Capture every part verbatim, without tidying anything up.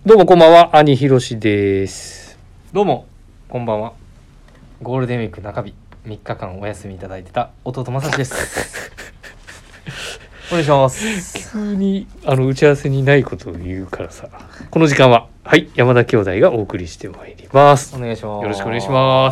どうもこんばんは、兄ひろしです。 どうもこんばんは。ゴールデンウィーク中日みっかかんお休みいただいてた弟まさしですお願いします。 急にあの打ち合わせにないことを言うからさ、この時間ははい山田兄弟がお送りしてまいります。 お願いします。 よろしくお願いします。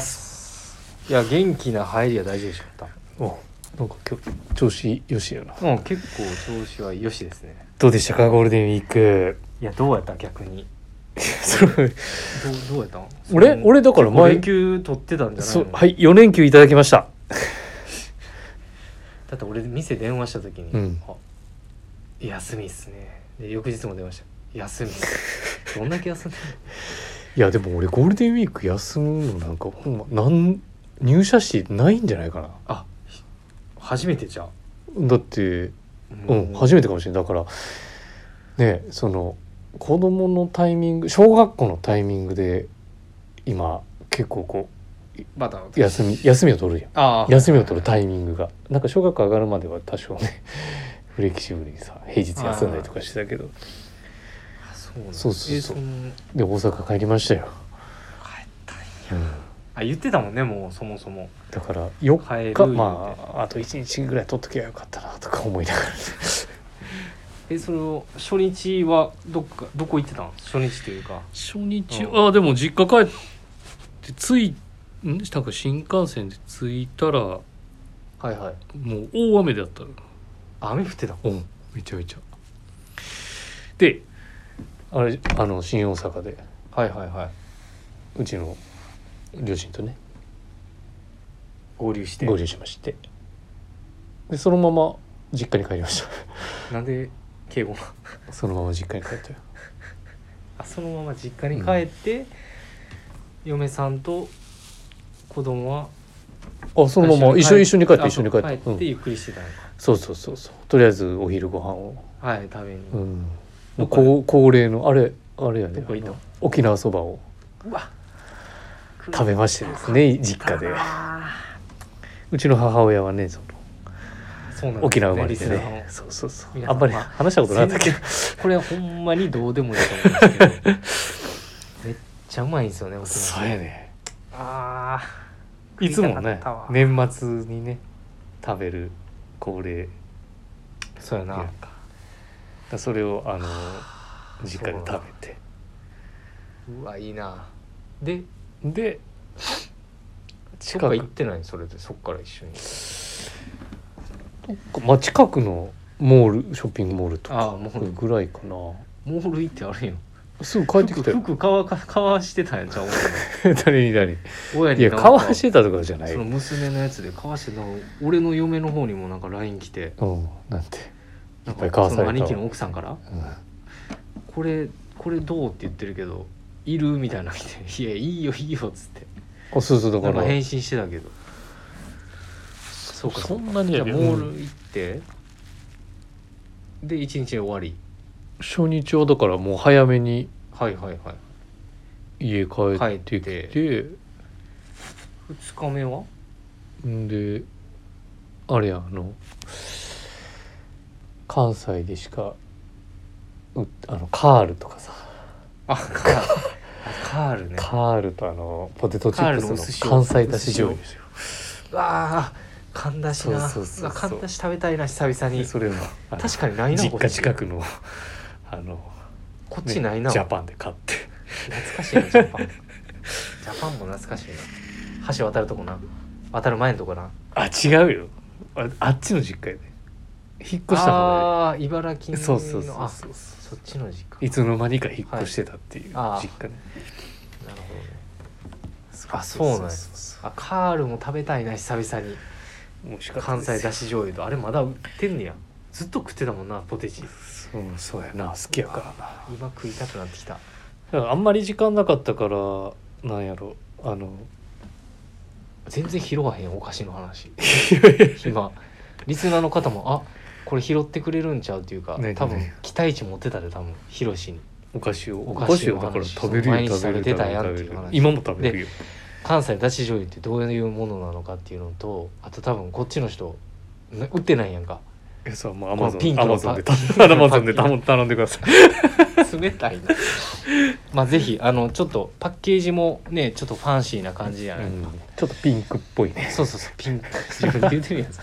いや元気な入りは大事でしょった。 お、なんか今日調子よしやな。 うん、結構調子はよしですね。 どうでしたかゴールデンウィーク。 いやどうやった逆にそれどうどうやったん。 俺俺だから前連休取ってたんじゃないの。 そうはいよ連休いただきました。 だって俺店電話した時に、 うん、 あ休みっすね。で翌日も電話した休みっすどんだけ休んでんの。 いやでも俺ゴールデンウィーク休むのなんかほんまなん入社してないんじゃないかな。 あ初めてじゃん。 だってうん初めてかもしれない。だからねその子供のタイミング小学校のタイミングで今結構こうまだ休み休みを取るやん。 あ休みを取るタイミングがなんか小学校上がるまでは多少ねフレキシブルにさ平日休んだりとかしてたけど、 そうなんそうそうそう、 えー、そので大阪帰りましたよ。 帰ったんや、 うん、 あ言ってたもんねもうそもそもだからよっ帰るかまああといちにちぐらい取っときゃよかったなとか思いながらねえそれを初日はどっかどこ行ってたん。初日というか初日、 うん、 あでも実家帰って着いんなんか新幹線で着いたらはいはいもう大雨だった。 雨降ってた。 うんめちゃめちゃであれあの新大阪ではいはいはいうちの両親とね合流して合流しまして、でそのまま実家に帰りましたなんで敬語そのまま実家に帰ったよ。 あそのまま実家に帰って、うん、嫁さんと子供はあそのまま一緒一緒に帰って一緒に帰って帰ってゆっくりしてたのか、 うん、そうそうそうそうとりあえずお昼ご飯をはい食べに、 うん、もう恒恒例のあれあれやねどこ行った沖縄そばをうわ食べましてですね実家で。うちの母親はねそのそうなんですね、 沖縄生まれでね。そうそうそう。あんまり話したことなかったけど、 これはほんまにどうでもいいと思うんですけど、めっちゃうまいんですよね沖縄。 そうやね。 ああ、いつもね年末にね食べる恒例。 そうやな。 だそれをあの実家で食べて。 うわいいな。でで近く行ってない。それでそっから一緒に。 まあ近くのモールショッピングモールとかぐらいかな。 モール行ってあれよ。 すぐ帰ってきたよ。 服買わ買わしてたんやんちゃう。 誰に誰に。 親にいや買わしてたとかじゃない。 その娘のやつで買わしてた。俺の嫁の方にもなんか ライン 来て。 うんなんて。 いっぱい買わされた。兄貴の奥さんから、うん、これこれどうって言ってるけどいるみたいな来て、いやいいよいいよっつって。 あそうそうだから返信してたけど。そうかそんなにじゃあモール行って、うん、で一日終わり。 初日はだからもう早めにはいはいはい家帰ってきて、ふつかめはんであれやあの関西でしかあのカールとかさあカールカールねカールとあのポテトチップスの関西だし醤油ですよ。 わあかんだしな。そうそうそうそうかんだし食べたいな久々に。 それを確かにないな。 実家近くのあのこっちないな、 ね、ジャパンで買って懐かしいなジャパンジャパンも懐かしいな。橋渡るとこな渡る前のとこな。 あ違うよ あ, あっちの実家で引っ越した方がああ茨城のそうそうそうそうそうそっちの実家いつの間にか引っ越してたっていう実家ね、 はい、なるほどね。あそうなんや。あカールも食べたいな久々に。関西だし醤油とあれまだ売ってんねや。ずっと食ってたもんなポテチ。 そうそうやな好きやからな。 今食いたくなってきた。 だからあんまり時間なかったからなんやろあの全然拾わへんお菓子の話今リスナーの方もあこれ拾ってくれるんちゃうっていうか、ね、多分期待値持ってたで多分ヒロシにお菓子をお菓子をだから食べるよ毎日食べてたやんっていう話。 今も食べるよ。 関西だし醤油ってどういうものなのかっていうのとあと多分こっちの人売ってないやんかえそうもうアマゾンこのピンクのアマゾンでパアマゾンで頼頼んでください。 冷たいなまあぜひあのちょっとパッケージもねちょっとファンシーな感じじゃない、 うん、ちょっとピンクっぽいね。 そうそうそうピンク自分で言ってるやんそれ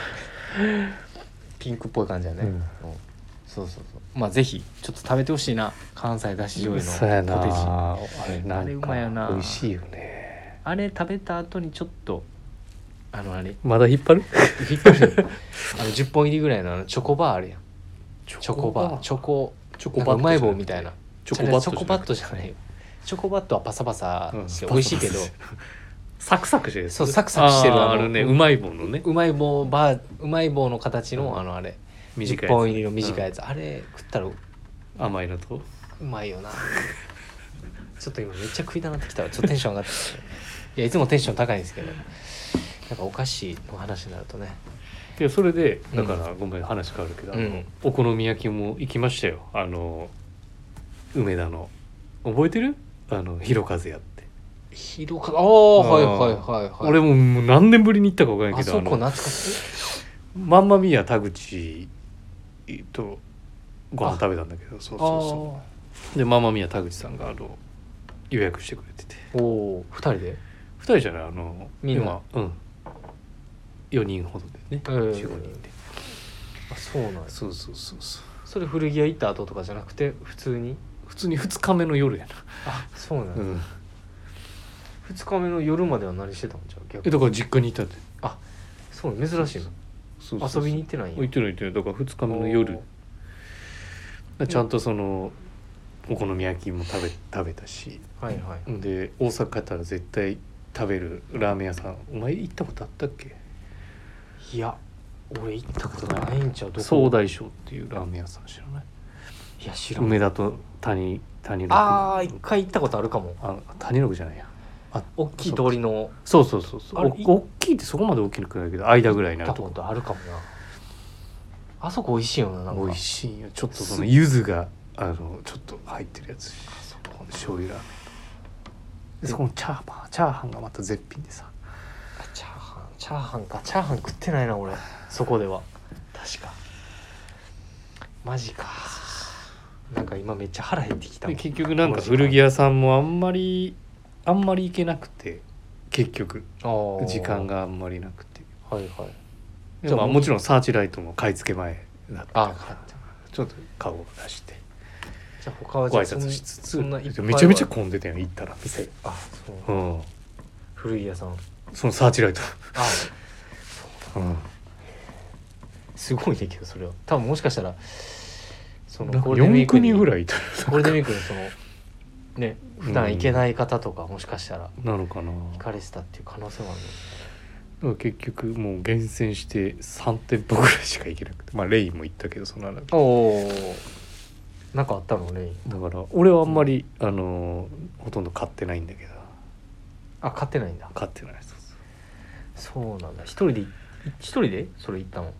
ピンクっぽい感じだね、 うんうんそうそうそうまあぜひちょっと食べてほしいな関西だし醤油そうやなのポテチあれなんかあれうまいよな美味しいよね。 あれ食べた後にちょっとあのあれまだ引っ張るびっくりしたあのじゅっぽん入りぐらいのあのチョコバーあるやんチョコバーチョコチョなんかうまい棒みたいなチョコバットチョコバットじゃないよチョコバットはパサパサしてうん美味しいけど、 サクサクしてるやつそうサクサクしてるあーあのあるねうまい棒のねうまい棒バーうまい棒の形のあのあれ短いやつじゅっぽん入りの短いやつ、あれ食ったらう甘いのとまいよなちょっと今めっちゃ食いたなってきたらちょっとテンション上がってきていやいつもテンション高いんですけどなんかお菓子の話になるとねいやそれでだから、ごめん話変わるけど、 うんあのお好み焼きも行きましたよあの梅田の覚えてるあのひろかずやって広かああはいはいはいはい俺ももう何年ぶりに行ったか分からんけどあそこあの懐かしいマンマミーヤ田口とご飯食べたんだけどそうそうそうでマンマミーヤ田口さんがあの予約してくれてておお二人でふたりじゃないあのみんな今うんよにんほどでね、 えーよん、ごにんであそうなんやそうそうそうそうそれ古着屋行った後とかじゃなくて普通に普通にふつかめの夜やな、 あそうなんや、 うん、 ふつかめの夜までは何してたんじゃう逆にえだから実家にいたってそう珍しいのそうそうそう遊びに行ってないんや行ってない行ってないだからふつかめの夜ちゃんとそのお好み焼きも食べ食べたしはいはいで大阪帰ったら絶対食べるラーメン屋さんお前行ったことあったっけいや俺行ったことないんちゃうどこ総大将っていうラーメン屋さん知らないいや知らん梅田と谷谷六ああ一回行ったことあるかもあ谷六じゃないやあ大きい通りのそうそうそうそうあれお大きいってそこまで大きくないけど間ぐらいにな行ったこるとことあるかもなあそこ美味しいよななんか美味しいんよちょっとその柚子があのちょっと入ってるやつあそこ醤油ラーメンでそこのチャーハンチャーハンがまた絶品でさあチャーハンチャーハンかチャーハン食ってないな俺そこでは確かマジかなんか今めっちゃ腹減ってきたもんで結局なんか古着屋さんもあんまりあんまり行けなくて結局時間があんまりなくてはいはいでもまあもちろんサーチライトも買い付け前だったあからちょっと顔を出してじゃあ他はじご挨ゃあそん拶しつつそんないっぱいはめちゃめちゃ混んでたよ行ったら店あそううん古着屋さんそのサーチライトあうんすごいねけどそれは多分もしかしたらそのなんか4 ゴールデンウィークに組ぐらいいたゴールデンウィークのそのね普段行けない方とかもしかしたらなのかな行かれてたっていう可能性もあるだから結局もう厳選してさん店舗ぐらいしか行けなくてまあレイも行ったけどその後おおなんかあったのねだから俺はあんまり、あのーほとんど買ってないんだけどあ買ってないんだ買ってないそうそうそうなんだ一人で一人でそれ行ったの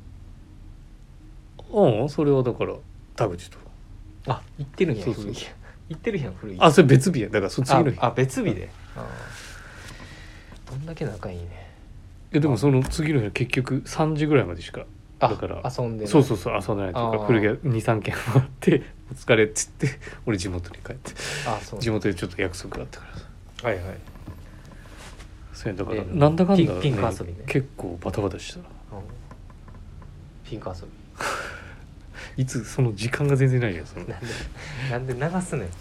うんそれはだから田口とあ行ってるんやそうそう古着屋行ってるやん古着屋あそれ別日やだからそっち次の日ああ別日で、あーどんだけ仲いいねいやでもその次の日は結局さんじぐらいまでしかあだから遊んでないそうそうそう遊んでないというあーか古着屋にさん軒回ってお疲れっつって俺地元に帰ってあそう地元でちょっと約束があったからさはいはいそれだからえなんだかんだ、ね、 ピンピンク遊びね結構バタバタしたうんピンク遊いつその時間が全然ないじゃんそのびなんでなんで流すねん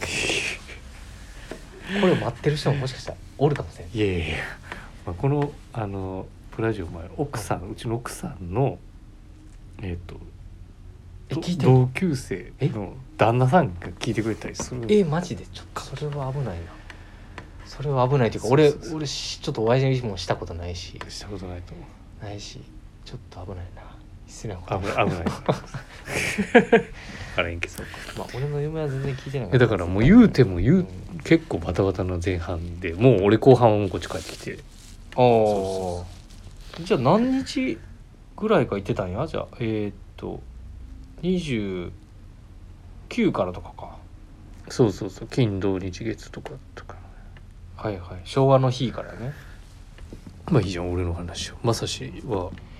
これを待ってる人ももしかしたらおるかもしれんいやいやいや、まあ、このあのプラジオ前奥さんうちの奥さんのえっ、とどえ聞いてる同級生の旦那さんが聞いてくれたりするえマジでちょっとそれは危ないなそれは危ないというか俺そうそうそう俺しちょっとお会いもしたことないししたことないと思うないしちょっと危ないな失礼なこと危ない危ないあれんけどまあ俺の嫁は全然聞いてないえだからもう言うても言う、 うん結構バタバタの前半でもう俺後半はもうこっち帰ってきてああじゃあ何日ぐらいか行ってたんやじゃあえー、っとにじゅうきゅうからとかかそうそうそう金土日月とかとかはいはい昭和の日からねまあいいじゃん俺の話をまさしは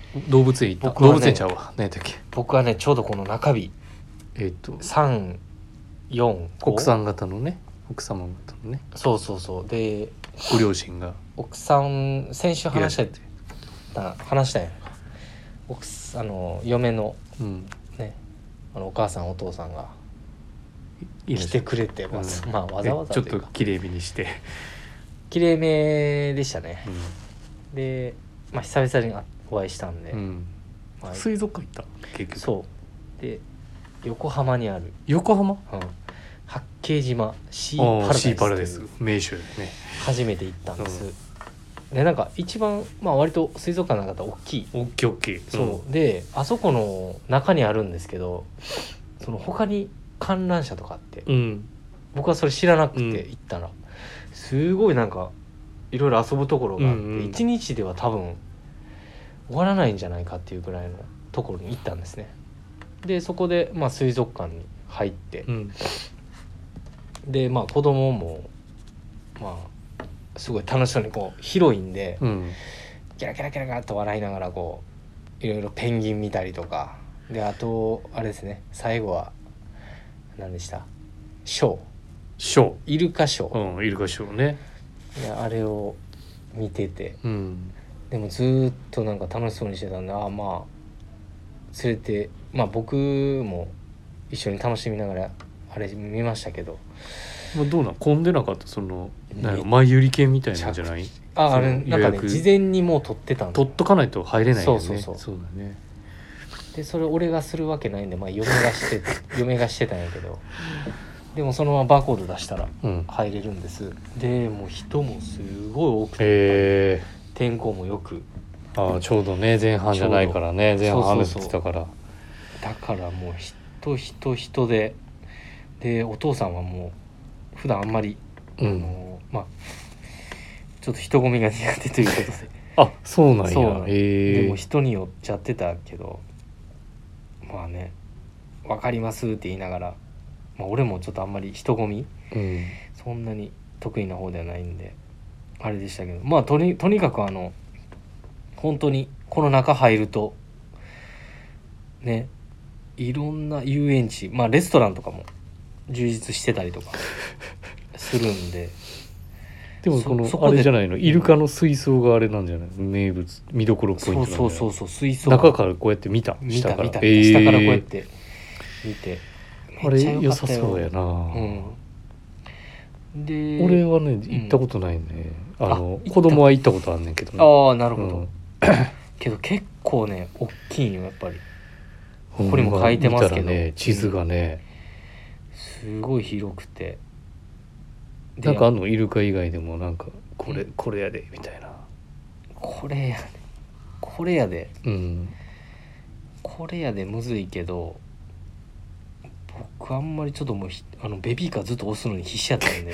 動物園行った、 僕はね動物園ちゃうわ、何やったっけ、 僕はねちょうどこの中日えっ、とさん、よん、ご奥さん方のね、奥様方のね、 そうそうそうでご両親が奥さん先週話したいらっした話したやんか奥さんあの嫁のうんねあのお母さんお父さんがいらっしゃる来てくれて、まあうんまあわざわざちょっというかと綺麗めにして、 きれいめでしたねうで、まあ、久々にお会いしたんで、 んうん、 まあ、 水族館行った結局、 そうで横浜にある、 横浜、 うん、八景島シーパラダイスシーパラダイスという名所ね、 初めて行ったんです、でなんか一番まあ割と水族館の中で大きい、 大きい大きい、 そうであそこの中にあるんですけどその他に観覧車とかあってうん、うん僕はそれ知らなくてうん行ったら、すごいなんかいろいろ遊ぶところがあって、 うんうん一日では多分終わらないんじゃないかっていうぐらいのところに行ったんですね。でそこでまあ水族館に入って、 うんでまあ子供もまあすごい楽しそうにこう広いんで、 うんキラキラキラキラっと笑いながらこういろいろペンギン見たりとかで、あとあれですね最後は何でした、ショーショイルカショー、 ー、うん、イルカショーね、 であれを見てて、 うんでもずーっとなんか楽しそうにしてたんで、ああまあ連れてまあ僕も一緒に楽しみながらあれ見ましたけど、 まあ、どうなん混んでなかった、そのなんやろめ前売り券みたいなんじゃない、 ああれそのなんかね予約事前にもう取ってたんで取っとかないと入れないよね、 そうそうそうそうだね、 でそれ俺がするわけないんで、まあ、嫁がして嫁がしてたんやけど、でもそのままバーコード出したらうん、 入れるんです。でもう人もすごい多くて、 え天候もよく、 ー、あちょうどね前半じゃないからね、前半雨降ってたから、 だからもう人人人で、でお父さんはもう普段あんまり、 うん、 あのまあちょっと人混みが苦手ということであそうなんや、 そうなんえー、 でも人に寄っちゃってたけど、まあね分かりますって言いながら、まあ、俺もちょっとあんまり人混みうんそんなに得意な方ではないんであれでしたけど、まあとにとにかくあの本当にこの中入るとねいろんな遊園地、まあレストランとかも充実してたりとかするんででもこのそそこであれじゃないの、イルカの水槽があれなんじゃないの、名物見どころポイントなんじゃないの、 そうそうそうそう水槽中からこうやって見た、 見た下から見た、 えー下からこうやって見てあれ良さそうやな、 うんで俺はね行ったことないね、あのあ行った子供は行ったことあんねんけどね、 ああなるほど、 うんけど結構ね大きいよやっぱりここにも書いてますけど見たらね地図がね、 すごい広くてなんかあのイルカ以外でもなんかこれ、うん、これやでみたいな、 これやでこれやで、 うん、 これやでむずいけど僕あんまりちょっともうあのベビーカーずっと押すのに必死やったんで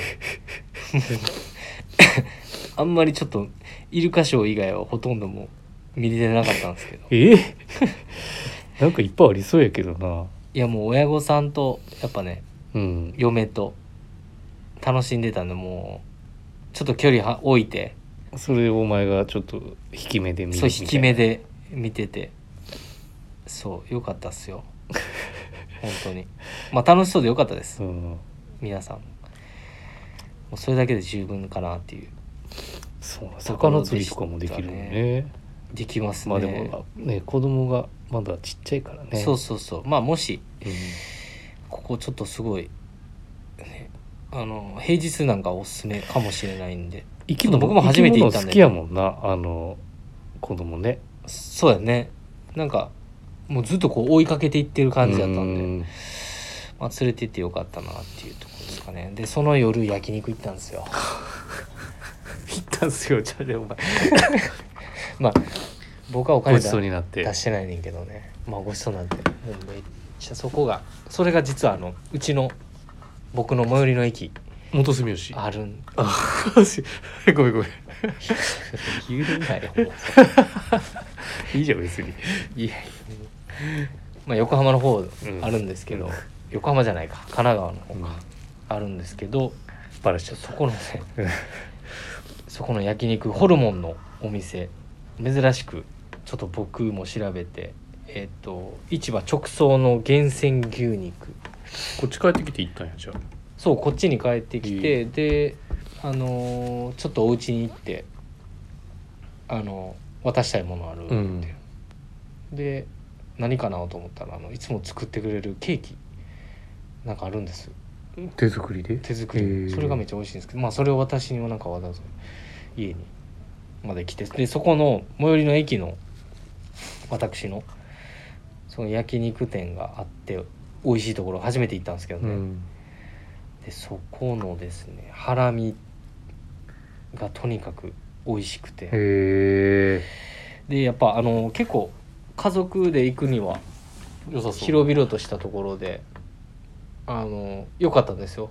あんまりちょっとイルカショー以外はほとんどもう見れてなかったんですけどえなんかいっぱいありそうやけどな。 いやもう親御さんとやっぱね、 うん、 嫁と楽しんでたんでもうちょっと距離は置いてそれをお前がちょっと引き目で見るみたいな。 そう引き目で見ててそうよかったっすよ本当にまあ楽しそうでよかったです、うん、皆さんもうそれだけで十分かなっていう。 そう魚釣りとかもできるよね。 できますね。 まあでもね子供がまだちっちゃいからね。 そうそうそう。まあもし、 うん、 ここちょっとすごい、ね、あの平日なんかおすすめかもしれないんで。 生き物僕も初めて行ったんで。好きやもんなあの子供ね。 そうやね。なんかもうずっとこう追いかけていってる感じだったんで、んまあ連れて行ってよかったなっていうところですかね。でその夜焼肉行ったんですよ。 行ったんすよじゃあねお前。 まあ僕はお金出してないねんけどね、まあごちそうなんてもうめっちゃそこがそれが実はあのうちの僕の最寄りの駅元住吉あるんあごめんごめん言うなよいいじゃん別にいやまあ横浜の方あるんですけど、うん、横浜じゃないか神奈川の方があるんですけど、 バラしちゃったそこのねそこの焼肉ホルモンのお店珍しくちょっと僕も調べて、えっと市場直送の厳選牛肉、 こっち帰ってきて行ったんやじゃあ。 そうこっちに帰ってきて、であのーちょっとお家に行ってあの渡したいものあるって、うん、で何かなと思ったらあのいつも作ってくれるケーキなんかあるんです。 手作りで？ 手作り。それがめっちゃ美味しいんですけど、まあそれを私になんかわざわざ家にまで来て、でそこの最寄りの駅の私のその焼肉店があって美味しいところ初めて行ったんですけどね、うん、でそこのですねハラミがとにかく美味しくて、 へでやっぱあの結構家族で行くには良さそう、 広々としたところであの良かったんですよ。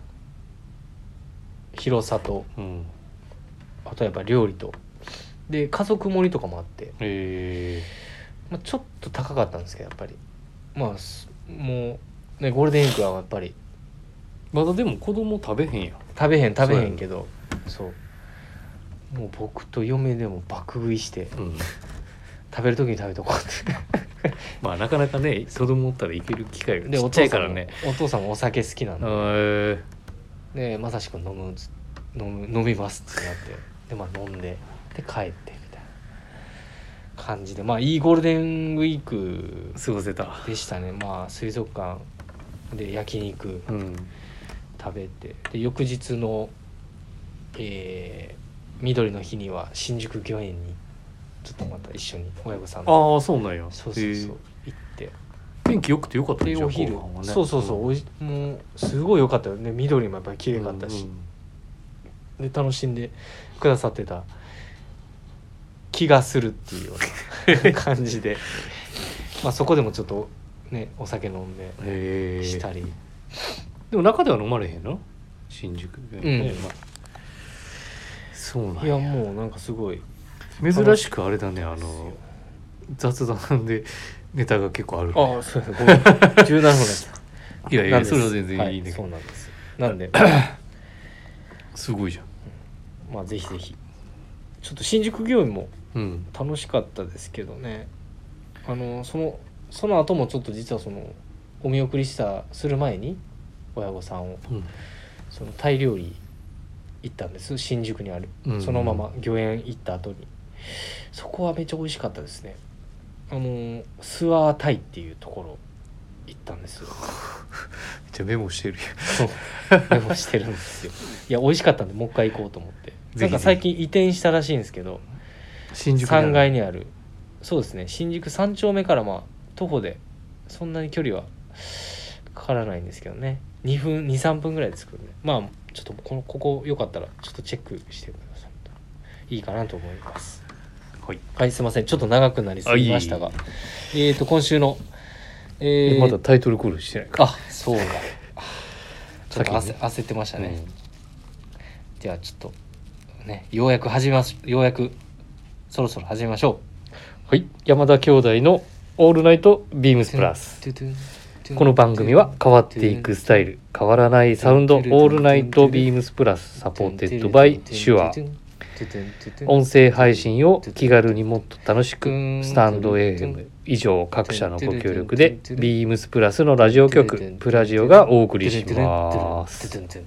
広さと、うん、あとやっぱ料理とで家族盛りとかもあって、 へまあ、ちょっと高かったんですけどやっぱりまあもうねゴールデンウィークはやっぱりまだでも子供食べへんやん。 食べへん食べへんけどそうもう僕と嫁でも爆食いして、うん、食べる時に食べとこうってまあなかなかね子供おったらいける機会がちっちゃいからね。 お父さんもお酒好きなんででまさしく飲む飲む飲みますってなってでまあ飲んでで帰ってみたいな感じでまあいいゴールデンウィーク過ごせたでしたね。まあ水族館で焼肉食べて、うん、で翌日の、えー、緑の日には新宿御苑にちょっとまた一緒に親御さんああそうなんや。 そうそうそう行って天気良くてよかったでお昼、ね、そうそうそう、うん、おいもうすごい良かったよね。緑もやっぱり綺麗かったし、うんうん、で楽しんでくださってた気がするっていうような感じでまあそこでもちょっとねお酒飲んでしたり。 でも中では飲まれへんの新宿で、ねうんまあ、そうなんや。 いやもうなんかすごい珍しくあれだねあの雑談でネタが結構ある、ね、 ああそうですごめんじゅうななふんだったいやいやそれは全然いいんだけど、 はい、そうなんですなんですごいじゃん。 まあぜひぜひちょっと新宿御苑も楽しかったですけどね、うん、あのそのその後もちょっと実はそのお見送りしたする前に親御さんを、うん、そのタイ料理行ったんです新宿にある、うんうん、そのまま御苑行った後にそこはめっちゃ美味しかったですね。あのスワータイっていうところ行ったんですよ。めっちゃメモしてるそうメモしてるんですよ。いや美味しかったんでもう一回行こうと思って。なんか最近移転したらしいんですけど新宿さんがいにあるそうですね新宿さん丁目からまあ徒歩でそんなに距離はかからないんですけどねにふん にさんぷんぐらいで着くんでまあちょっとこのここよかったらちょっとチェックしてくださいいいかなと思います。 はい、 はい、すいませんちょっと長くなりすぎましたがいいえーと今週の、 えー、まだタイトルコールしてないか。 あそうだちょっと 焦, 焦ってましたね、うん、ではちょっとねようやく始めますようやくそろそろ始めましょう。はい山田兄弟のオールナイトビームスプラス。この番組は変わっていくスタイル変わらないサウンドオールナイトビームスプラスサポーテッドバイシュア音声配信を気軽にもっと楽しくスタンド エーエム 以上各社のご協力でビームスプラスのラジオ局プラジオがお送りします。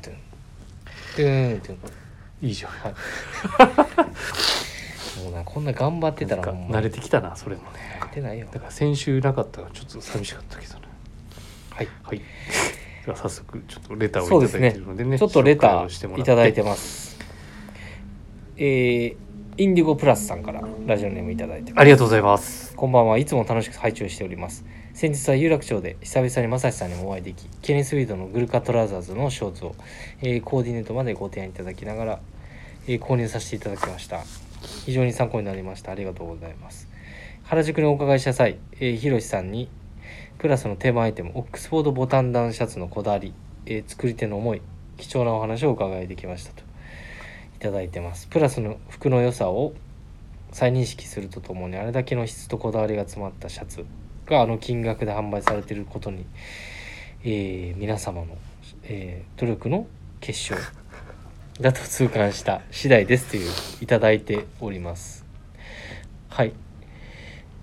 いいじゃん、はい、 もうなこんな頑張ってたらもう慣れてきたなそれもね。 慣れてないよ。 だから先週なかったらちょっと寂しかったけどね。 はいはい。では早速ちょっとレターをいただいているのでね。 ちょっとレターいただいてます。えー、インディゴプラスさんからラジオネームいただいてます。 ありがとうございます。 こんばんはいつも楽しく拝聴しております。先日は有楽町で久々にまさしさんにもお会いできケニスウィードのグルカトラザーズのショーツを、えー、コーディネートまでご提案いただきながら、えー、購入させていただきました。非常に参考になりました。ありがとうございます。原宿にお伺いした際、えー、ひろしさんにプラスのテーマアイテムオックスフォードボタンダウンシャツのこだわり、えー、作り手の思い貴重なお話をお伺いできましたといただいてます。プラスの服の良さを再認識するとともにあれだけの質とこだわりが詰まったシャツがあの金額で販売されていることに、えー、皆様の、えー、努力の結晶だと痛感した次第ですといういただいております。はい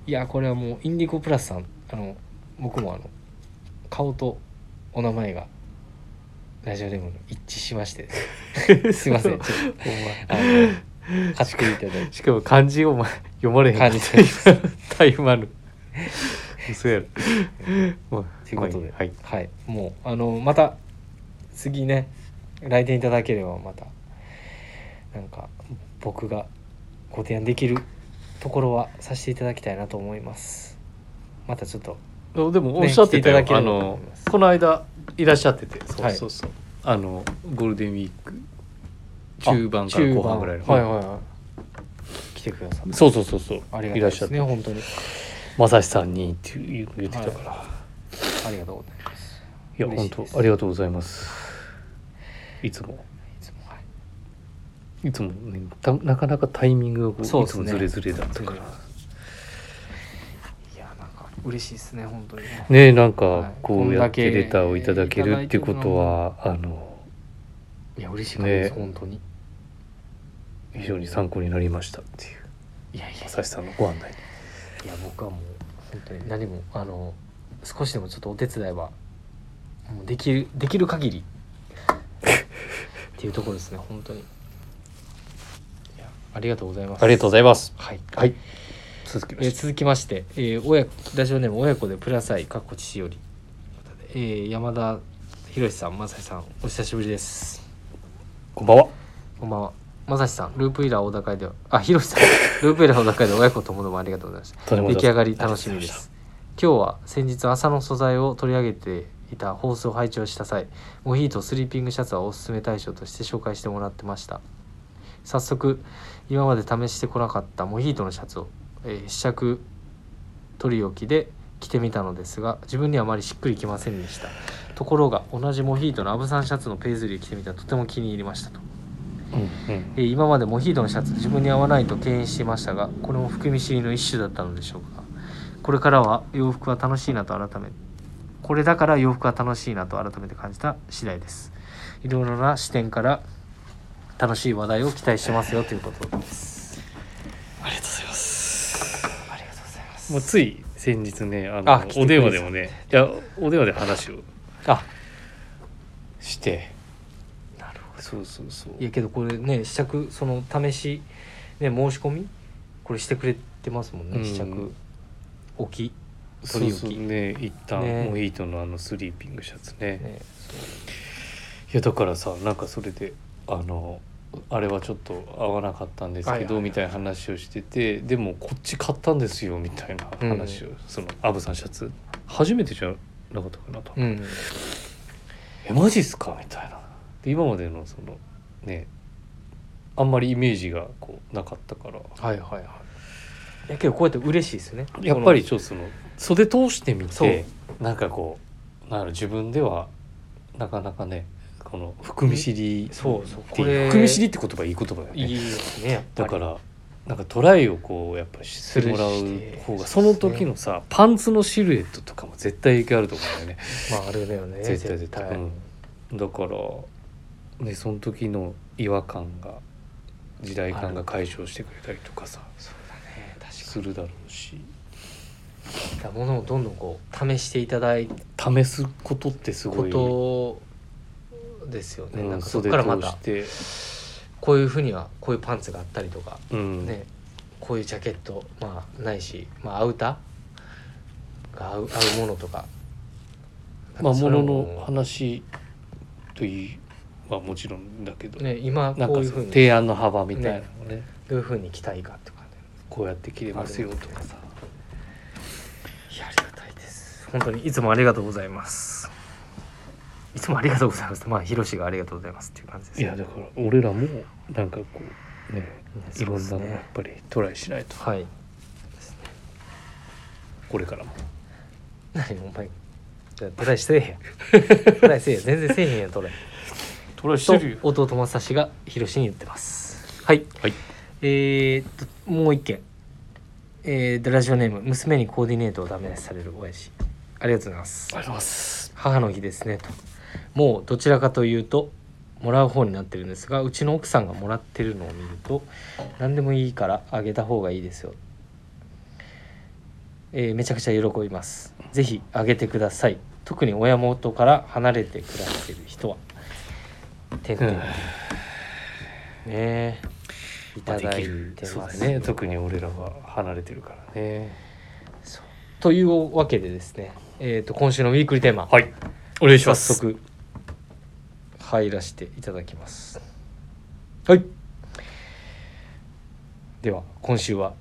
いやこれはもうインディゴプラスさん、あの僕もあの顔とお名前がラジオネームの一致しましてすいませんちょっとあの買っていただいてしかも漢字を読まれへん感じタイマル嘘やろまあということで、 はい、 はい、もうあのまた次ね来店いただければまたなんか僕がご提案できるところはさせていただきたいなと思います。またちょっとでもおっしゃってたよ、 ね来ていただければあのと思いますこの間いらっしゃってて、そうはいそうそう、あのゴールデンウィーク中盤から後半ぐらいの、 はいはいはい来てください。 そうそうそうそうありがたいですいらっしゃってね本当にまさしさんにって言言ってたから、 ありがとうございます。 い、や本嬉しいです当ありがとうございます。いつもいつもはいいつもねたなかなかタイミングがこうそうっすねいつもズレズレだったからいやなんか嬉しいですね本当にね。 ねえなんかはいこうやってレターをいただけるってことはあのいや嬉しい限りです、 ね本当に。 非常に参考になりましたっていういやいやまさしさんのご案内いや僕はもう本当に何もあの少しでもちょっとお手伝いはもうできるできる限りっていうところですね本当に。いやありがとうございます。 ありがとうございます。 はい、 はい続きまえーして、 続きまして、えー、親ラジオネーム親子でプラサイかっこ父より、えー、山田博さんまさしさんお久しぶりです。 こんばんは。 こんばんは。まさしさんループイラー小高いではあひろしさんループイラー小高いで親子ともどもありがとうございました。出来上がり楽しみです。今日は先日朝の素材を取り上げていた放送を拝聴した際、モヒートスリーピングシャツはおすすめ対象として紹介してもらってました。早速今まで試してこなかったモヒートのシャツを、えー試着取り置きで着てみたのですが、自分にはあまりしっくりきませんでした。ところが同じモヒートのアブサンシャツのペイズリーを着てみたらとても気に入りましたと。 うんうんえー今までモヒートのシャツ自分に合わないと敬遠していましたが、これも含み知りの一種だったのでしょうか。これからは洋服は楽しいなと改めこれだから洋服は楽しいなと改めて感じた次第です。いろいろな視点から楽しい話題を期待してますよということです。 ありがとうございます。 ありがとうございます。 もうつい先日ねあのあ来てくれたお電話でもねいやお電話で話をあしてなるほど。 そうそうそういやけどこれね試着その試し、ね、申し込みこれしてくれてますもんね、 うん試着置きそうそう取り置きね一旦ねモヒートのあのスリーピングシャツねねいやだからさなんかそれであのあれはちょっと合わなかったんですけど、 はいはいはいみたいな話をしててでもこっち買ったんですよみたいな話を、そのアブさんシャツ初めてじゃなかったかなと、 うんうんえマジっすかみたいなで今までのそのねあんまりイメージがこうなかったからはいはいはい。いやけどこうやって嬉しいですね。 やっぱりちょっとその袖通してみそうてなんかこうなんだろう自分ではなかなかねこの含み知りそうそうっていうこれ含み知りって言葉いい言葉だよねいいですねやっぱり。 だからなんかトライをこうやっぱりしてもらうするして方がその時のさパンツのシルエットとかも絶対影響あると思うんだよねまああるだよね絶対絶対、うん、だからねその時の違和感が時代感が解消してくれたりとかさそうだね確かするだろうしに。だものをどんどんこう試していただい試すことってすごいことですよね。 うんなんかそこ袖からまた通してこういうふうにはこういうパンツがあったりとか、 うんねこういうジャケットまあないし、まあアウターが合う合うものとか。 まあもそれをのの話といいはもちろんだけど、 ね今なんかそううこいうふに提案の幅みたいなのをねどういうふうに着たいかとかね。 こうやって着れますよとかさいやありがたいです。本当にいつもありがとうございます。いつもありがとうございます。まあヒロシがありがとうございますっていう感じです、 いやだから俺らもなんかこうねいろんなのそうですねやっぱりトライしないとはい。 これからも何お前トライしてへん。トライせえへん。全然せえへんやんトライ。 トライしとてるよ弟正志がヒロシに言ってます。はい。 はいえー、っともう一件。えー、ラジオネーム娘にコーディネートをダメ出しされる親父。ありがとうございます。 ありがとうございます母の日ですねと。もうどちらかというともらう方になってるんですが、うちの奥さんがもらってるのを見ると何でもいいからあげた方がいいですよ、 えーめちゃくちゃ喜びます。ぜひあげてください。特に親元から離れて暮らしている人はてんてんてんねえいただいてそうますだね、特に俺らは離れてるからね。 そうというわけでですね、えー、と今週のウィークリーテーマ、 はいお願いしま早す。 速入らせていただきます。はい、では今週は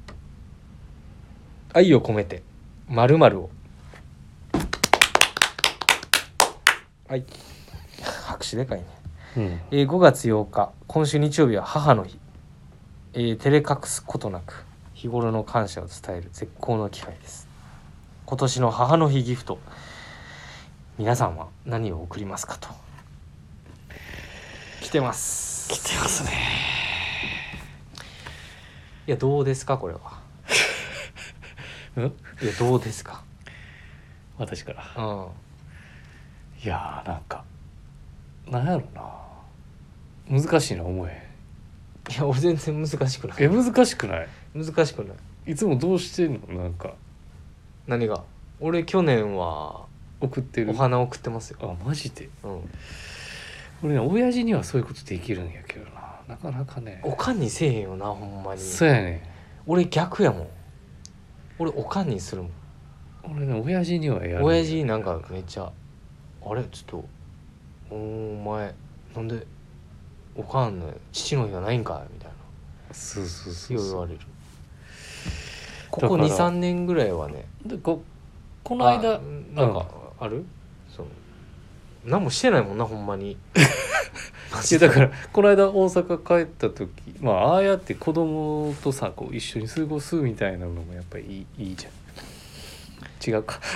愛を込めて〇〇を、はい拍手でかいね、 うんえー、ごがつようか今週日曜日は母の日、えー、照れ隠すことなく日頃の感謝を伝える絶好の機会です。今年の母の日ギフト、皆さんは何を贈りますかと来てます来てますね。 いやどうですかこれはうんいやどうですか。 私からうんいやーなんかなんやろな、難しいな思え。 いや俺全然難しくないえ難しくない？ 難しくないいつもどうしてんの？なんか何が。俺去年は送ってる。 お花送ってますよ。 あマジで。 うん俺ね親父にはそういうことできるんやけどな、なかなかね。 おかんにせえへんよなほんまに。 そうやね。 俺逆やもん。俺おかんにするもん。 俺ね親父にはやる。 親父なんかめっちゃあれちょっとお前なんでおかんの父の日がないんかいみたいそうそうそうそう。 なよう言われる。ここにさんねんぐらいはね。 でここの間あなんかある、そう何もしてないもんなほんまに。 いやだからこの間大阪帰った時、まあああやって子供とさこう一緒に過ごすみたいなのもやっぱりいい、いいじゃん。違うか。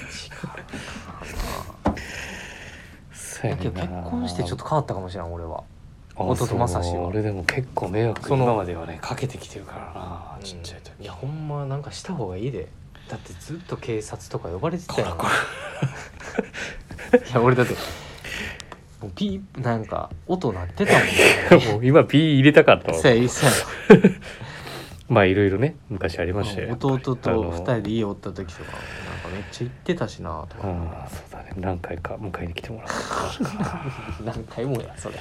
そうやねんな。 だけど結婚してちょっと変わったかもしれん俺は。 あ弟正志はそう俺でも結構迷惑その今まではねかけてきてるからな、 うんちっちゃい時。 いやほんまなんかした方がいいで。だってずっと警察とか呼ばれてたよこいや俺だってもうピーなんか音鳴ってたもんね。 もう今ピー入れたかったわ。 そうやそうまあいろいろね昔ありましたよ。 や弟とあの二人で家おった時とかなんかめっちゃ行ってたしなとか。 うんそうだね、何回か迎えに来てもらった何回もやそれ。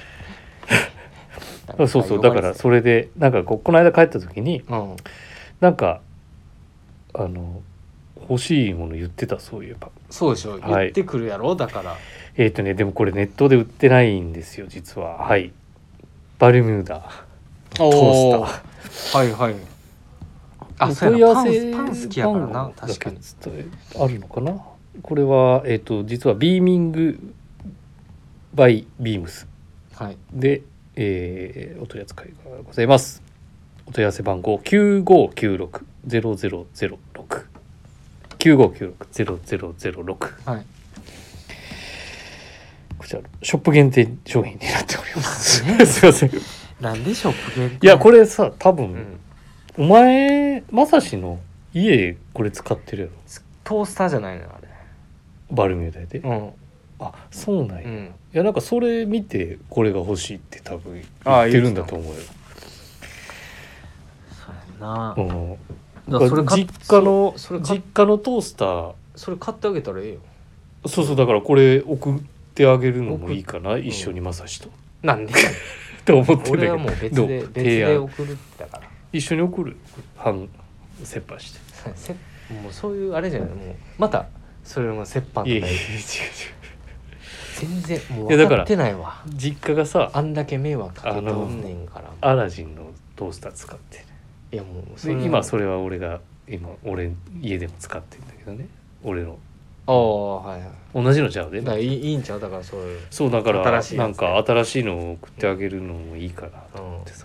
あそうそうだからそれでなんかこうこの間帰った時にうんなんかあの欲しいもの言ってた。そういえばそうでしょ、 はい言ってくるやろだから。 えっ、ー、とねでもこれネットで売ってないんですよ実は。はいバルミューダトースター。 はいはい。あ、 おそうやな問い合わせパンパン好きやからな番号だけ確かに。 伝えあるのかな。これはえっ、ー、と実はビーミングバイビームスはいで、えーお取り扱いがございます。お問い合わせ番号 きゅうごきゅうろく ゼロゼロゼロろく きゅうごきゅうろく ゼロゼロゼロろく。 はい。 こちらショップ限定商品になっております。 ねすいません。いなんでショップ限定。 やこれさ多分、 うんお前まさしの家これ使ってるやろ。 トースターじゃないのよあれ。 バルミューダで。 うんあそうなんや、いうん。 やなんかそれ見てこれが欲しいって多分言ってるんだと思うよ。 そうやな。 うんだからそれ買っ実家のそれ買っ実家のトースター。 それ買ってあげたらええよ。 そうそうだからこれ送ってあげるのもいいかな、 送っ一緒にまさしと、 なんでって思ってるんだけど俺はもう別どうで別提で案送るってだから。 一緒に送る半折半して。 せもうそういうあれじゃないもうまたそれも折半とかいやいやいや違う違全然もういやだから分かってないわ。 う実家がさあんだけ迷惑かけておんねんから。 アラジンのトースター使っていやもうそでれ今それは俺が今俺家でも使ってるんだけどね。俺のああはいはい。 同じのちゃうで、 だからいいいいんちゃうだからそういう。 そうだから新しいやつねなんか新しいのを送ってあげるのもいいかなと思ってさ、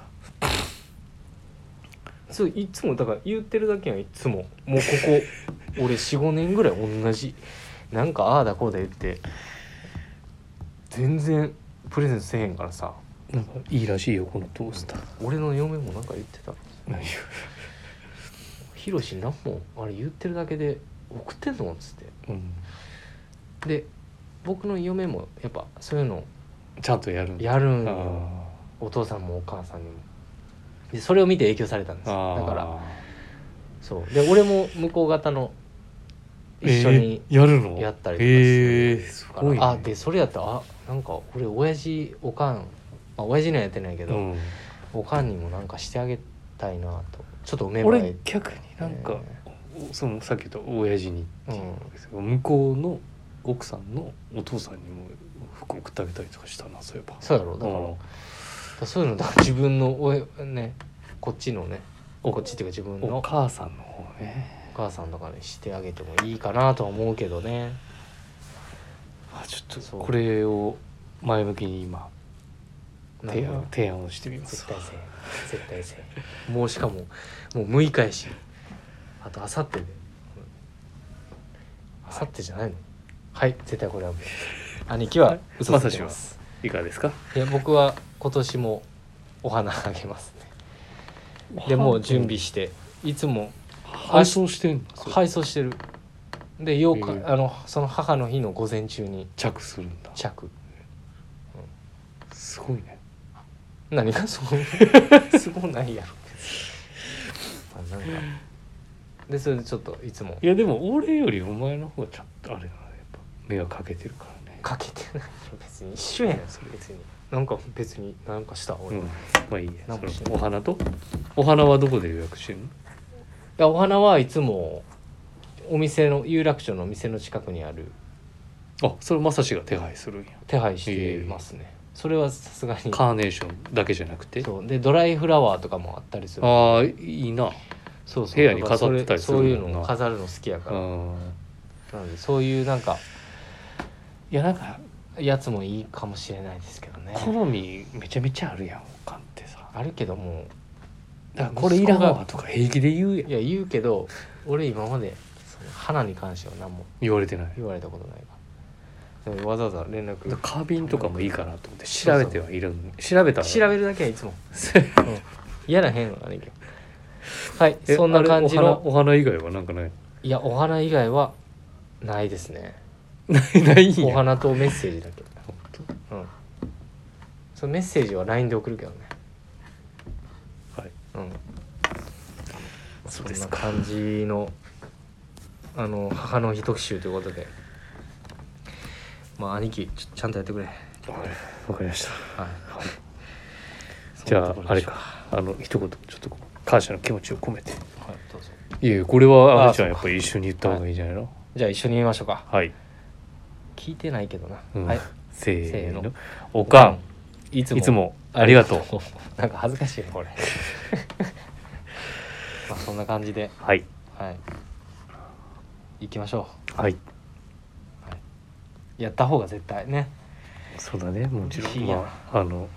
そういつもだから言ってるだけやんいつももうここ俺 よん,ご 年ぐらい同じなんかああだこうだ言って全然プレゼントせえへんからさ。 なんかいいらしいよこのトースター。 俺の嫁もなんか言ってた。 何ヒロシ何もあれ言ってるだけで送ってんのっつってうんで僕の嫁もやっぱそういうのちゃんとやるんだ。 やるんよ。 あお父さんもお母さんにもでそれを見て影響されたんですよ。 あだからそうで俺も向こう方の一緒にえーやるのやったりとかするえー、すごい、ね、 あでそれやったらあなんか俺親父おかん、まあ、親父にはやってないけど、うん、おかんにもなんかしてあげたいなとちょっとお芽生え俺逆になんか、えー、そのさっき言った親父にっていうわけですけど、うん、向こうの奥さんのお父さんにも服送ってあげたりとかしたなそういえばそうやろだから、うん、だそういうのだ自分のおねこっちのねこっちっていうか自分のお母さんの方ねお母さんとかにしてあげてもいいかなとは思うけどねあちょっとこれを前向きに今提案提案をしてみます絶対せえ絶対せえもうしかももうむいかやしあとあさってであさってじゃないのはい絶対これはもう兄貴は嘘ついてます、 いかがですかいや僕は今年もお花あげますねでもう準備していつも配送してんの配送してるでようか、えー、あのその母の日の午前中に着するんだ着、うん、 すごいね何がそうすごないやろあなんかでそれでちょっといつもいやでも俺よりお前の方がちょっとあれなやっぱ迷惑かけてるからねかけてない別に一緒やんそれ別になんか別になんかした俺、うん、 まあいいやお花とお花はどこで予約してんの？いやお花はいつもお店の有楽町のお店の近くにあるあそれまさしが手配するんや手配してますね、えー、それはさすがにカーネーションだけじゃなくてそうでドライフラワーとかもあったりするああいいなそうそう部屋に飾ってたりするそういうのを飾るの好きやからなのでそういうなんかいやなんかやつもいいかもしれないですけどね好みめちゃめちゃあるやんおかんってさあるけどもだからこれいらんわとか平気で言うやんいや言うけど俺今までその花に関しては何も言われてない言われたことないからでもわざわざ連絡花瓶とかもいいかなと思って調べてはいるん調べたら調べるだけはいつも、うん、嫌な変はないけどはいそんな感じのお花、お花以外はなんかないいやお花以外はないですねないないんやお花とメッセージだけうんそのメッセージは ライン で送るけどねはいうんそうですかそんな感じのあの母の日特集ということでまあ兄貴ち, ちゃんとやってくれはいわかりました、 はいはい、 じゃああれかあの一言ちょっと感謝の気持ちを込めてはいどうぞいやこれはあれちゃんやっぱり一緒に言った方がいいんじゃないの、はい、 じゃあ一緒に言いましょうかはい聞いてないけどな、 うん、 はいせーのおかんいつもいつもありがとうなんか恥ずかしいねこれまあそんな感じではいはい行きましょうはい、 はい、やった方が絶対ねそうだねもちろんまああの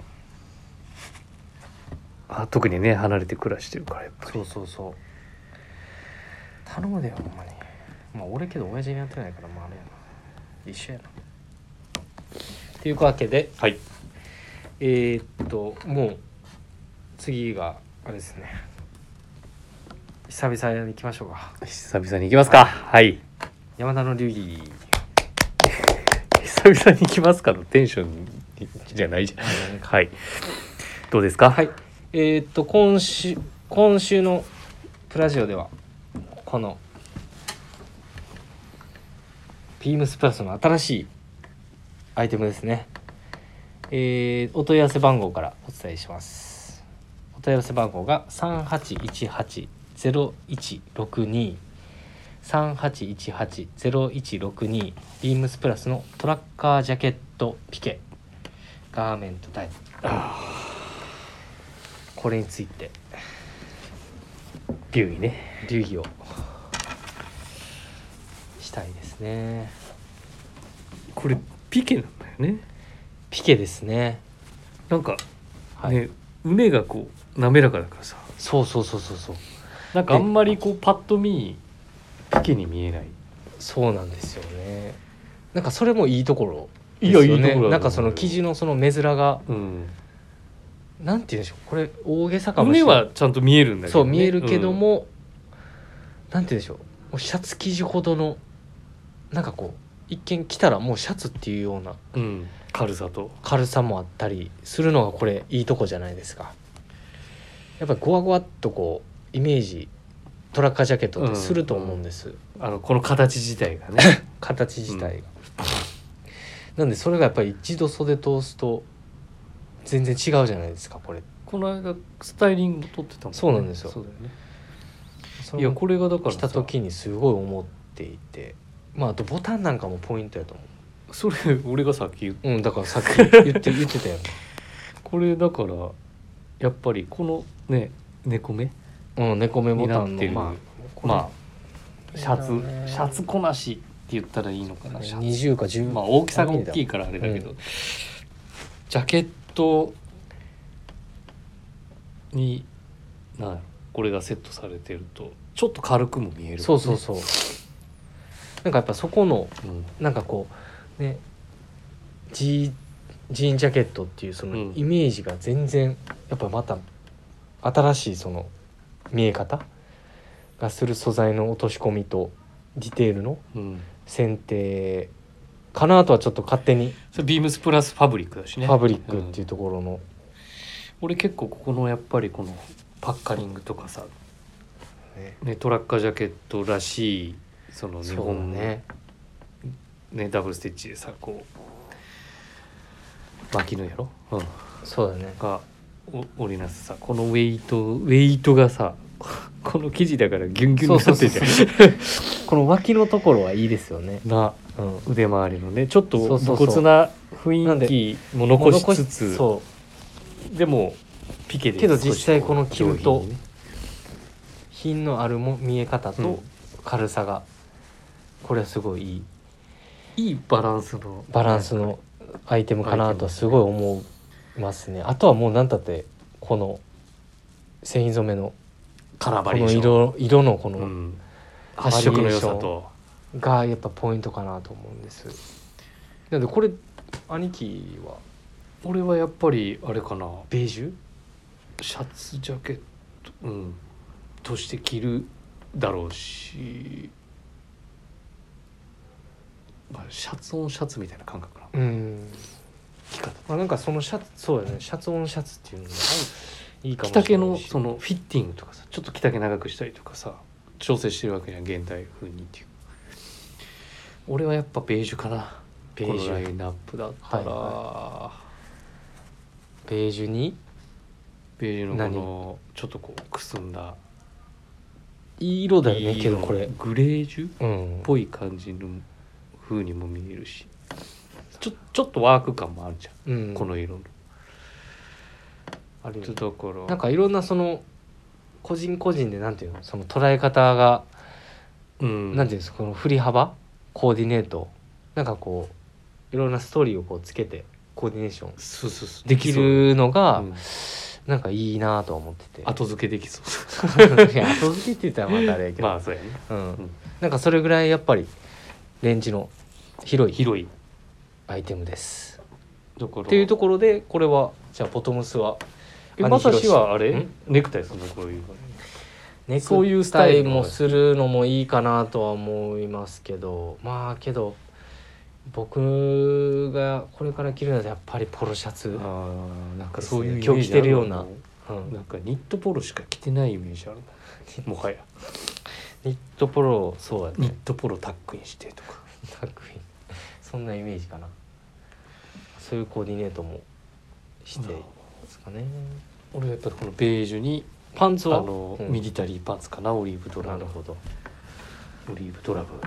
あ特にね離れて暮らしてるからやっぱりそうそうそう頼むでよほんまにまあ俺けど親父にやってないからまああれやな一緒やなというわけではいえー、っともう次があれですね久々に行きましょうか久々に行きますかはい、はい、 山田の流儀久々に行きますかのテンションじゃないじゃんはいどうですかはいえー、っと今週今週のプラジオではこのビームスプラスの新しいアイテムですね、えー、お問い合わせ番号からお伝えします。お問い合わせ番号がさんはちいちはち ゼロいちろくに さんはちいちはち ゼロいちろくにビームスプラスのトラッカージャケットピケガーメントタイプこれについて流儀ね流儀をしたいですね。 これピケなんだよね。 ピケですね。 なんか、 はい、 ねうねがこう滑らかだからさそうそうそうそうそうなんかあんまりこうパッと見ピケに見えないそうなんですよね。なんかそれもいいところですよね。いやいいところなんかその生地のその目面が、 うん、 なんて言うんでしょうこれ大げさかもしれない。胸はちゃんと見えるんだけど、ね、 そう見えるけども、うん、なんて言うんでしょうシャツ生地ほどのなんかこう一見着たらもうシャツっていうような、 うん、軽さと軽さもあったりするのがこれいいとこじゃないですか。やっぱりゴワゴワっとこうイメージトラッカージャケットってすると思うんです、 うん、あのこの形自体がね形自体が、うん、なんでそれがやっぱり一度袖通すと全然違うじゃないですか。これこの間スタイリング撮ってたもんね。 そうなんですよ。 そうだよね。いやこれがだから来た時にすごい思っていて、まああとボタンなんかもポイントやと思う。それ俺がさっき言って、 うん、だからさっき言って言ってたよねこれだからやっぱりこのね猫目、 うん、猫目ボタンのまあ、まあ、シャツシャツこなしって言ったらいいのかな。 にじゅうかじゅう、 まあ大きさが大きいからあれだけど、うん、ジャケットになんやろこれがセットされてるとちょっと軽くも見える、ね、 そうそうそう。なんかやっぱそこの、うん、なんかこうねジージーンジャケットっていうそのイメージが全然やっぱまた新しいその見え方がする素材の落とし込みとディテールの選定かなとはちょっと勝手に。 それビームスプラスファブリックだしね。 ファブリックっていうところの、うん、 俺結構ここのやっぱりこのパッカリングとかさ、ねね、トラッカージャケットらしいその日本のね、ねダブルステッチでさこう巻きのやろ、うん、 そうだねが織りなすさこのウェイトウェイトがさこの生地だからギュンギュンになってるじゃん。 この脇のところはいいですよねな、うん、腕周りのねちょっと武骨な雰囲気も残しつつそうでもピケでけど実際この着ると品のあるも見え方と軽さが、うん、これはすごいいいいいバランスのバランスのアイテムかなとはすごい思いますね。あとはもう何たってこの繊維染めのカラーバリエーション、 この色色のこの発色の良さとがやっぱポイントかなと思うんです。なのでこれ兄貴は俺はやっぱりあれかなベージュシャツジャケット、うん、として着るだろうし、まあ、シャツオンシャツみたいな感覚な、 うん、 着方、 まあ、なんかそのシャツそうだねシャツオンシャツっていうのもいいかもしれないし、 着丈のそのフィッティングとかさちょっと着丈長くしたりとかさ調整してるわけじゃん現代風にっていう。俺はやっぱベージュかな。ベージュこのラインナップだったら、はい、ベージュにベージュのこのちょっとこうくすんだいい色だよね。けどこれグレージュっぽい感じの風にも見えるし、ちょ、ちょっとワーク感もあるじゃん、うん、この色のあれだからなんかいろんなその個人個人でなんていうのその捉え方が、うん、なんていうんですかこの振り幅コーディネートなんかこういろんなストーリーをこうつけてコーディネーションできるのが、うん、なんかいいなと思ってて後付けできそういや後付けって言ったらまたあれやけどまあそうやね、 うんうん、なんかそれぐらいやっぱりレンジの広い広いアイテムですだからっていうところでこれはじゃあボトムスはまさしはあれネクタイするのこういうネクタイもするのもいいかなとは思いますけどまあけど僕がこれから着るのはやっぱりポロシャツ、 あなんかそういう今日着てるような、 うん、なんかニットポロしか着てないイメージあるもはやニットポロそうやねニットポロタックインしてとかタックインそんなイメージかな。そういうコーディネートもしてですかね。 俺はやっぱりこのベージュにパンツはあの、うん、ミリタリーパンツかなオリーブドラブ。 なるほどオリーブドラブ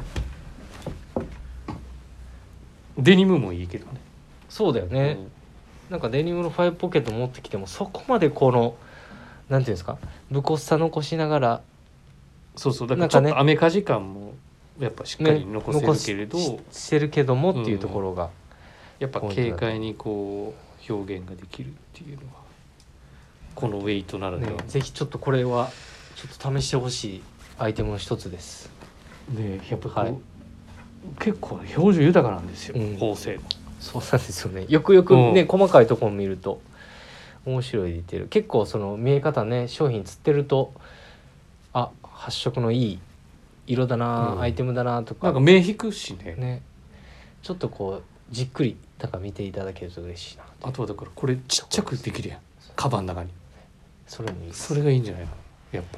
デニムもいいけどね。 そうだよね、うん、なんかデニムのファイブポケット持ってきてもそこまでこのなんていうんですか武骨さ残しながらそうそうだからちょっとアメカジ感もやっぱしっかり残せるけれど、ね、 し, してるけどもっていうところが、うん、 やっぱ軽快にこう表現ができるっていうのはこのウェイトならでは、ね、 ぜひちょっとこれはちょっと試してほしいアイテムの一つです。 ねやっぱ、はい、結構表情豊かなんですよ、うん、縫製そうなんですよね。よくよくね、うん、細かいところを見ると面白いディテール結構その見え方ね商品釣ってるとあ発色のいい色だな、うん、アイテムだなとかなんか目引くし ね, ねちょっとこうじっくりだから見ていただけると嬉しいな。 あとはだからこれちっちゃくできるやんカバンの中にそれもいいです。 それがいいんじゃないのやっぱり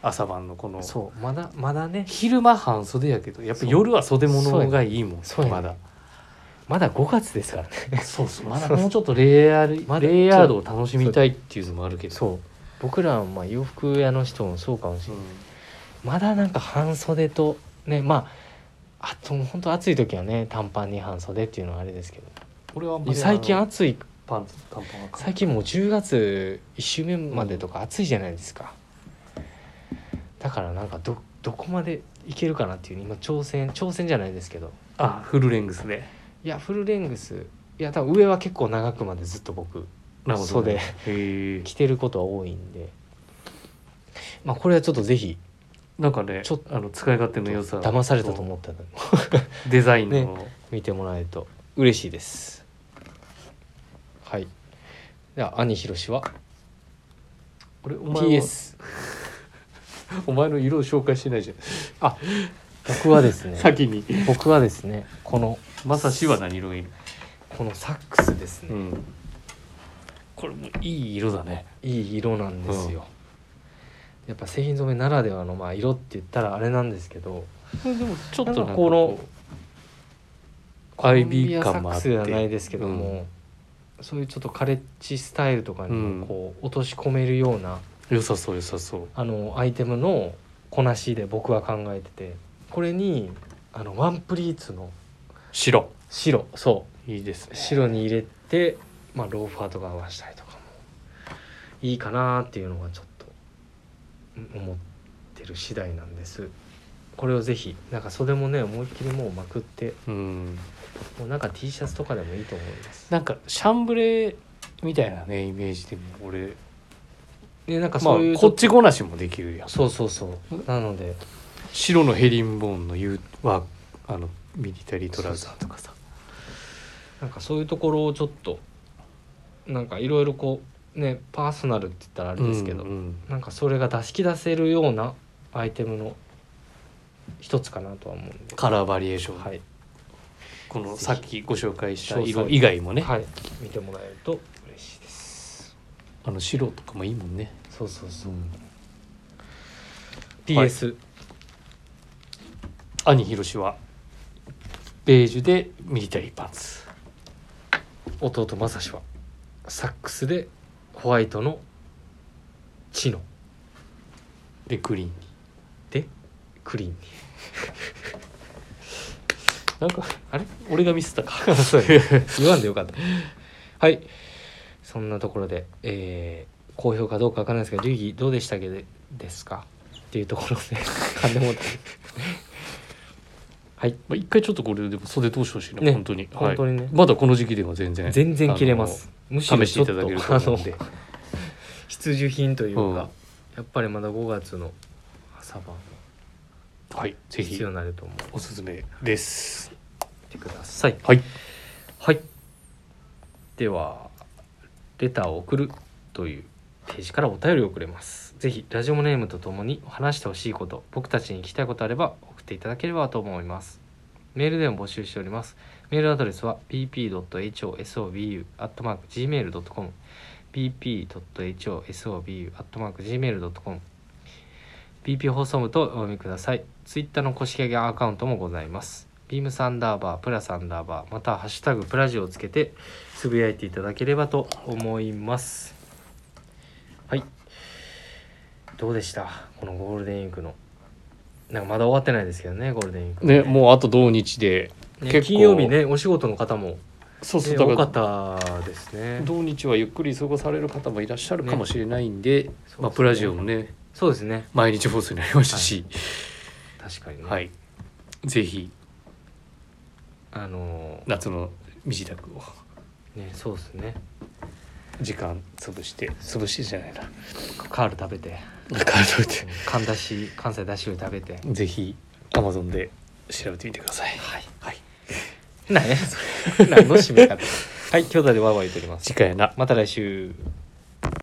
朝晩のこのそうまだまだね昼間半袖やけどやっぱ夜は袖物がいいもんそうやねまだまだごがつですからねそうそうまだもうちょっとレイヤーまだレイヤードを楽しみたいっていうのもあるけどそう僕らはまあ洋服屋の人もそうかもしれない、 うんまだなんか半袖とねまああと本当暑い時はね短パンに半袖っていうのはあれですけど俺はあんまり最近あの暑いパンツ短パンは最近もうじゅうがついっ週目までとか暑いじゃないですか、だからなんかどどこまでいけるかなっていう今挑戦挑戦じゃないですけどあフルレングスでいやフルレングスいや多分上は結構長くまでずっと僕なるほどね袖へえ着てることは多いんでまあこれはちょっとぜひなんかねちょっあの使い勝手の良さ騙されたと思ったのでデザインの、 見てもらえると嬉しいですはいでは兄ひろしは俺お前はティーエスお前の色を紹介してないじゃんあ僕はですね先に僕はですねこのまさしは何色がいいのこのサックスですね、 うんこれもいい色だねいい色なんですよ、うん、やっぱ製品染めならではのまあ色って言ったらあれなんですけどでもちょっとなんかなんかこのアイビー感もあってコロンビアサックスではないですけども、うん、そういうちょっとカレッジスタイルとかにもこう落とし込めるような、 良さそう良さそうあのアイテムのこなしで僕は考えててこれにあのワンプリーツの白白そいいですねう白に入れて、まあ、ローファーとか合わせたりとかもいいかなっていうのがちょっと思ってる次第なんです。これをぜひなんか袖もね思いっきりもうまくってうんもうなんか T シャツとかでもいいと思います。 なんかシャンブレみたいなねイメージでも俺でなんかまあそういう、 こっちごなしもできるやんそうそうそうなので白のヘリンボーンの U はあのミリタリートラウザーとかさなんかそういうところをちょっとなんかいろいろこうねパーソナルって言ったらあれですけど、 うんうん、 なんかそれが出し切らせるようなアイテムの一つかなとは思うんでカラーバリエーション、 はい、 このさっきご紹介した詳色細以外もね、 はい、見てもらえると嬉しいです。 あの白とかもいいもんね。 そうそうそう、 うん、 ピーエス、 兄ひろしはベージュでミリタリーパンツ、 弟正志はサックスでホワイトのチノでクリーンにでクリーンになんかあれ俺がミスったかそう言わんでよかったはい、そんなところで、えー、好評かどうかわからないですけど流儀どうでしたっけでですかっていうところでかんでもうたはい、 まあ一回ちょっとこれでも袖通してほしいな、 ね本当に本当にね、 はい、まだこの時期では全然全然切れます。むしろ試していただけると思うんで必需品というか、 うん、 やっぱりまだごがつの朝晩はいぜひ必要になると思う。 おすすめです見てください。 はいはい。ではレターを送るというページからお便りを送れます。ぜひラジオネームとともに話してほしいこと、僕たちに聞きたいことあれば送っていただければと思います。メールでも募集しております。メールアドレスは ピーピードットエイチオーエスオービーユー アットマーク ジーメールドットコム ピーピードットエイチオーエスオービーユー アットマーク ジーメールドットコム ピーピー 放送部とお読みください。ツイッターの公式アカウントもございます。ビームサンダーバープラサンダーバーまたはハッシュタグプラジオをつけてつぶやいていただければと思います。はい、どうでしたこのゴールデンウィークの、なんかまだ終わってないですけどねゴールデンウィークね、もうあと土日で、 ね、 結構金曜日ねお仕事の方も、 そうそう、 ね、 だ多かかったですね。 ら土日はゆっくり過ごされる方もいらっしゃるかもしれないんで、 ねまあ、プラジオもねそうですね毎日放送になりましたし、 確かにね、 はい、ぜひあの夏の身支度をー、ねそうですね時間潰して潰してじゃないなカール食べてカール食べて缶だし関西だしを食べてぜひ Amazon で調べてみてください。 はいはい、 何やそれ何の締め方はい兄弟でワイワイ言っております。 次回やな。 また来週。